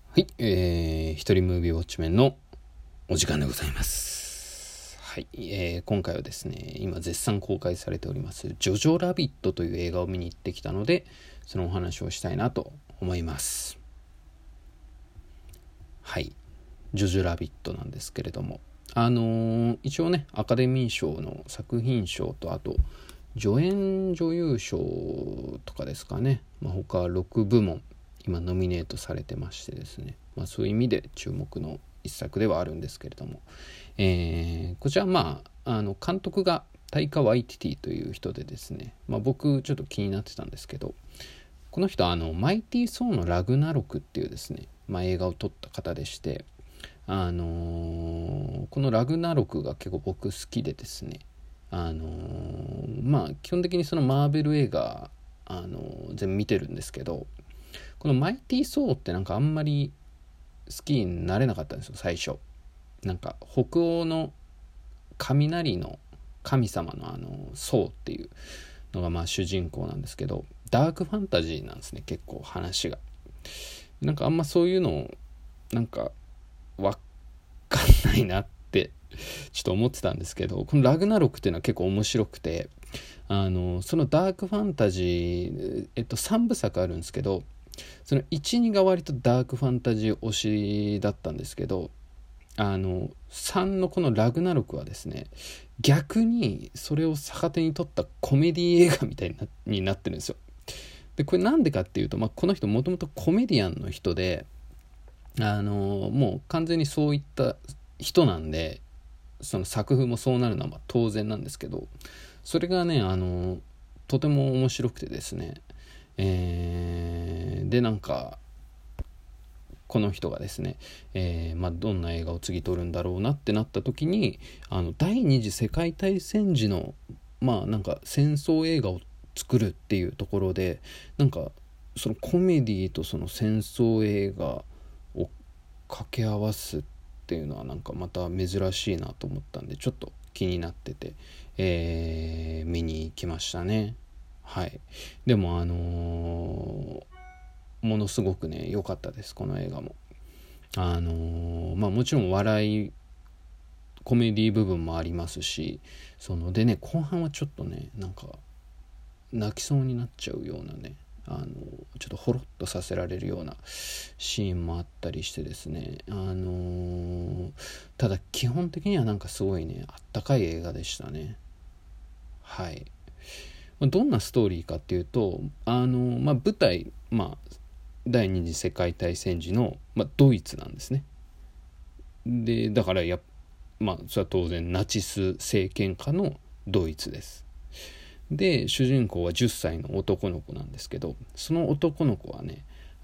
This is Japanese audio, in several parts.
はい、一人ムービーウォッチメンのお時間でございます。はい、今回はですね、今絶賛公開されておりますジョジョラビットという映画を見に行ってきたので、そのお話をしたいなと思います。はい、ジョジョラビットなんですけれども、一応ね、アカデミー賞の作品賞と、あと助演女優賞とかですかね、他6部門今ノミネートされてましてですね、そういう意味で注目の一作ではあるんですけれども、こちら監督がタイカ・ワイティティという人でですね、僕ちょっと気になってたんですけど、この人はマイティー・ソーのラグナロクっていうですね、映画を撮った方でして、このラグナロクが結構僕好きでですね、基本的にそのマーベル映画全部見てるんですけど、このマイティー・ソーってなんかあんまり好きになれなかったんですよ最初。なんか北欧の雷の神様のソーっていうのが主人公なんですけど、ダークファンタジーなんですね、結構話が。なんかあんまそういうのなんかわかんないなってちょっと思ってたんですけど、このラグナロクっていうのは結構面白くて、そのダークファンタジー、3部作あるんですけど、その1、2が割とダークファンタジー推しだったんですけど、3のこのラグナロクはですね、逆にそれを逆手に取ったコメディ映画みたいになってるんですよ。でこれなんでかっていうと、この人もともとコメディアンの人で、もう完全にそういった人なんで、その作風もそうなるのは当然なんですけど、それがねとても面白くてですね、でなんかこの人がですね、どんな映画を次撮るんだろうなってなった時に、第二次世界大戦時のなんか戦争映画を作るっていうところで、なんかそのコメディとその戦争映画を掛け合わすっていうのはなんかまた珍しいなと思ったんで、ちょっと気になってて、見に行きましたね。はい。でもものすごくね良かったです、この映画も。もちろん笑いコメディ部分もありますし、でね、後半はちょっとねなんか泣きそうになっちゃうようなね、ちょっとホロッとさせられるようなシーンもあったりしてですね、ただ基本的にはなんかすごいねあったかい映画でしたね。はい。どんなストーリーかっていうと、舞台、第二次世界大戦時の、ドイツなんですね。でだからそれは当然ナチス政権下のドイツです。で主人公は10歳の男の子なんですけど、その男の子はね、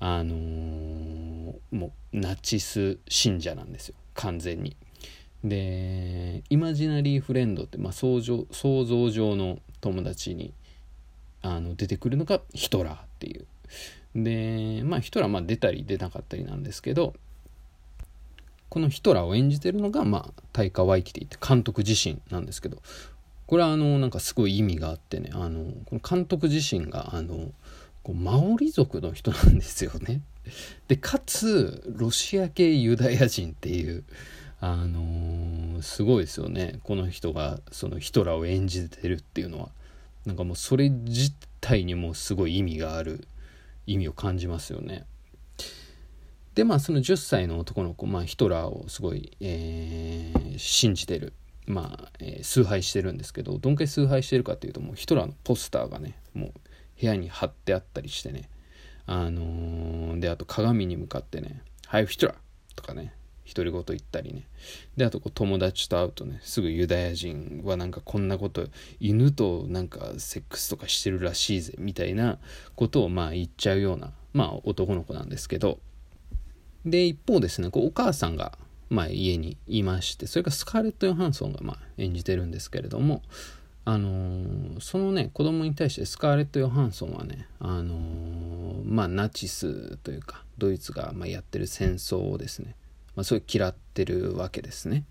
もうナチス信者なんですよ完全に。でイマジナリーフレンドって、想像上の友達に出てくるのがヒトラーっていう。でヒトラー出たり出なかったりなんですけど、このヒトラーを演じてるのがタイカ・ワイティティって監督自身なんですけど、これはなんかすごい意味があってね、この監督自身がマオリ族の人なんですよね。でかつロシア系ユダヤ人っていう、すごいですよね、この人がそのヒトラーを演じてるっていうのは。なんかもうそれ自体にもすごい意味がある、意味を感じますよね。でその10歳の男の子、ヒトラーをすごい、信じてる、崇拝してるんですけど、どんくらい崇拝してるかというと、もうヒトラーのポスターがねもう部屋に貼ってあったりしてね、であと鏡に向かってね「はいヒトラー」とかね独り言言ったりね。であと友達と会うとね、すぐユダヤ人はなんかこんなこと、犬となんかセックスとかしてるらしいぜみたいなことを言っちゃうような男の子なんですけど、で一方ですね、お母さんが家にいまして、それがスカーレット・ヨハンソンが演じてるんですけれども、そのね子供に対してスカーレット・ヨハンソンはね、ナチスというかドイツがやってる戦争をですね、すごい嫌ってるわけですね。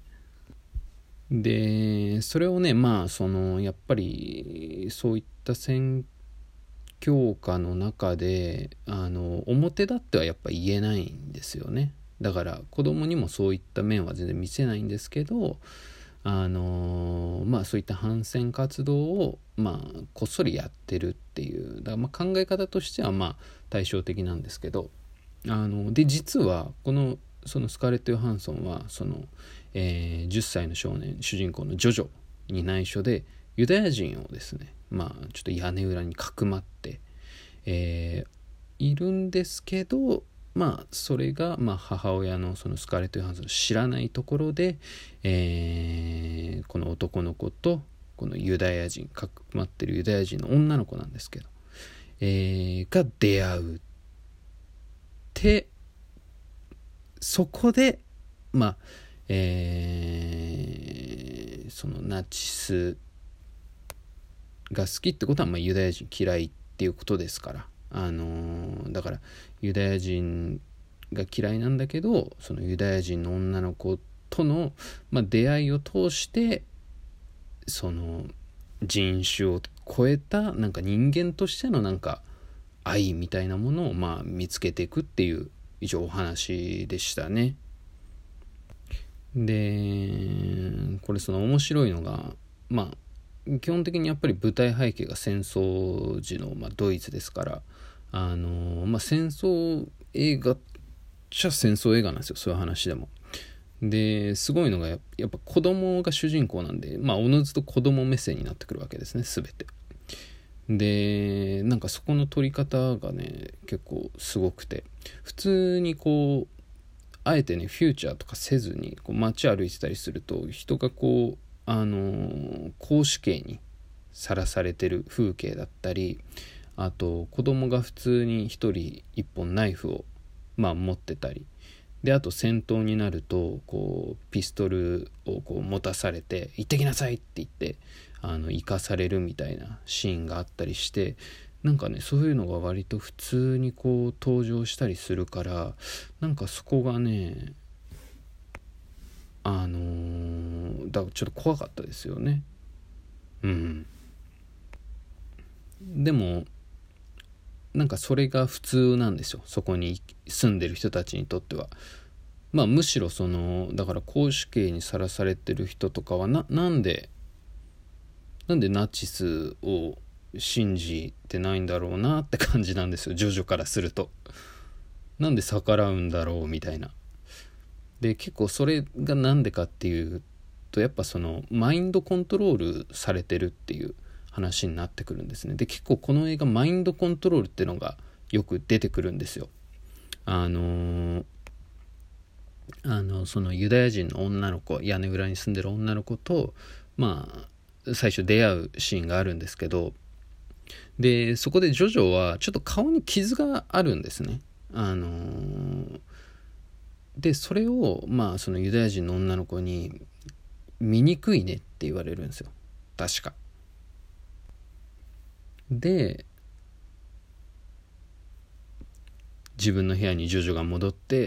でそれをねやっぱりそういった戦教科の中で表立ってはやっぱ言えないんですよね。だから子供にもそういった面は全然見せないんですけど、そういった反戦活動をこっそりやってるっていう、だから考え方としては対照的なんですけど、で実はそのスカーレット・ヨハンソンは10歳の少年主人公のジョジョに内緒でユダヤ人をですねちょっと屋根裏にかくまって、いるんですけど、それが母親のそのスカーレット・ヨハンソンの知らないところで、この男の子とこのユダヤ人かくまってるユダヤ人の女の子なんですけど、が出会うってそこでそのナチスが好きってことはユダヤ人嫌いっていうことですから、だからユダヤ人が嫌いなんだけど、そのユダヤ人の女の子との、出会いを通してその人種を超えた人間としての愛みたいなものを見つけていくっていう一応お話でしたね。でこれ面白いのが基本的にやっぱり舞台背景が戦争時のドイツですから、戦争映画っちゃ戦争映画なんですよ、そういう話でも。ですごいのがやっぱ子供が主人公なんでおのずと子供目線になってくるわけですね、全て。でそこの撮り方がね結構すごくて、普通にあえてねフューチャーとかせずに街歩いてたりすると人が絞首刑にさらされてる風景だったり、あと子供が普通に一人一本ナイフを持ってたりで、あと戦闘になるとピストルを持たされて行ってきなさいって言って生かされるみたいなシーンがあったりして、そういうのが割と普通に登場したりするから、そこがねだからちょっと怖かったですよね。でもそれが普通なんですよ、そこに住んでる人たちにとっては。むしろだから絞首刑にさらされてる人とかはなんでナチスを信じてないんだろうなって感じなんですよ、ジョジョからすると。なんで逆らうんだろうみたいな。で結構それがなんでかっていうと、やっぱマインドコントロールされてるっていう話になってくるんですね。で結構この映画マインドコントロールっていうのがよく出てくるんですよ。そのユダヤ人の女の子、屋根裏に住んでる女の子と最初出会うシーンがあるんですけど、でそこでジョジョはちょっと顔に傷があるんですね。でそれをそのユダヤ人の女の子に醜いねって言われるんですよ、確か。で自分の部屋にジョジョが戻って、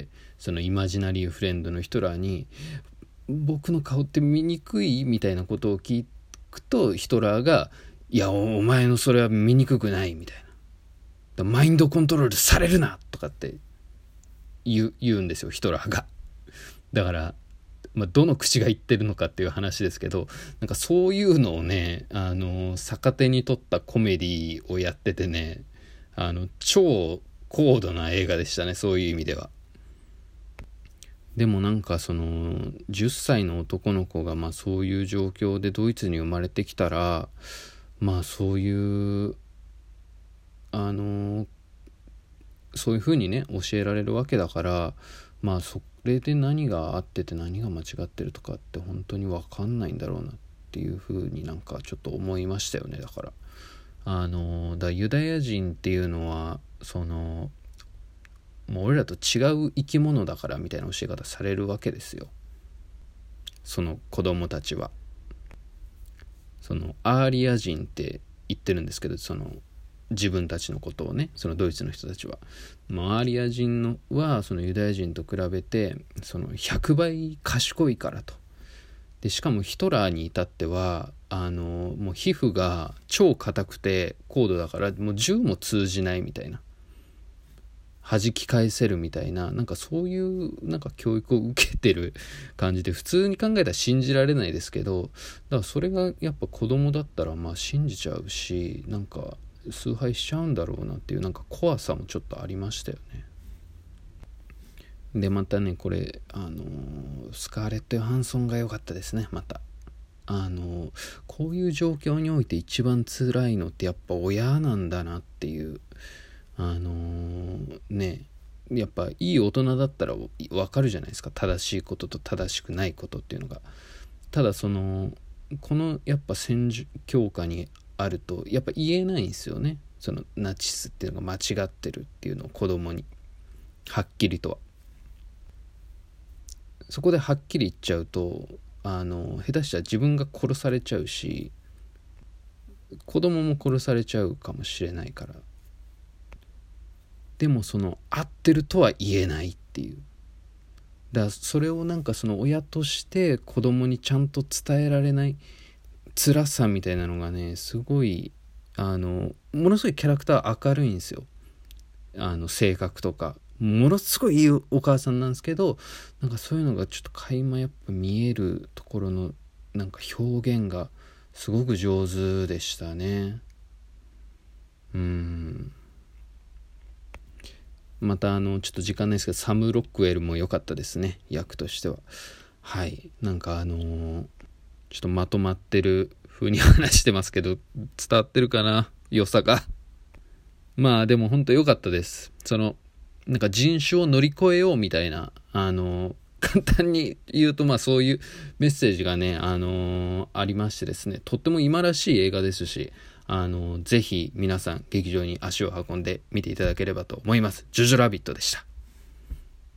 そのイマジナリーフレンドのヒトラーに僕の顔って醜いみたいなことを聞くと、ヒトラーがいやお前のそれは醜くないみたいな、マインドコントロールされるなとかって言うんですよ、ヒトラーが。だからどの口が言ってるのかっていう話ですけど、そういうのをね逆手に取ったコメディをやっててね、超高度な映画でしたね、そういう意味では。でも10歳の男の子がそういう状況でドイツに生まれてきたらそういうそういう風にね教えられるわけだから、それで何があってて何が間違ってるとかって本当に分かんないんだろうなっていう風にちょっと思いましたよね。だからユダヤ人っていうのはもう俺らと違う生き物だからみたいな教え方されるわけですよ、その子供たちは。アーリア人って言ってるんですけど、自分たちのことをね、そのドイツの人たちはアーリア人はそのユダヤ人と比べて100倍賢いからと。でしかもヒトラーに至ってはもう皮膚が超硬くて高度だからもう銃も通じないみたいな、弾き返せるみたいな、なんかそういうなんか教育を受けてる感じで、普通に考えたら信じられないですけど、だからそれがやっぱ子供だったらまあ信じちゃうし、なんか崇拝しちゃうんだろうなっていうなんか怖さもちょっとありましたよね。でまたねこれスカーレット・ヨハンソンが良かったですね。またこういう状況において一番辛いのってやっぱ親なんだなっていう、ね、やっぱいい大人だったら分かるじゃないですか、正しいことと正しくないことっていうのが。ただこのやっぱ戦強化にあるとやっぱ言えないんですよね、そのナチスっていうのが間違ってるっていうのを子供にはっきりとは。そこではっきり言っちゃうと下手したら自分が殺されちゃうし、子供も殺されちゃうかもしれないから。でも合ってるとは言えないっていう、だからそれをなんか親として子供にちゃんと伝えられない辛さみたいなのがね、すごいものすごいキャラクター明るいんですよ。性格とかものすごいいいお母さんなんですけど、なんかそういうのがちょっと垣間やっぱ見えるところのなんか表現がすごく上手でしたね。またちょっと時間ないですけど、サム・ロックウェルも良かったですね、役としては。はい、なんかちょっとまとまってる風に話してますけど伝わってるかな、良さが。まあでも本当良かったです。なんか人種を乗り越えようみたいな、簡単に言うとまあそういうメッセージがね、ありましてですね、とっても今らしい映画ですし、ぜひ皆さん劇場に足を運んで見ていただければと思います。ジョジョラビットでした。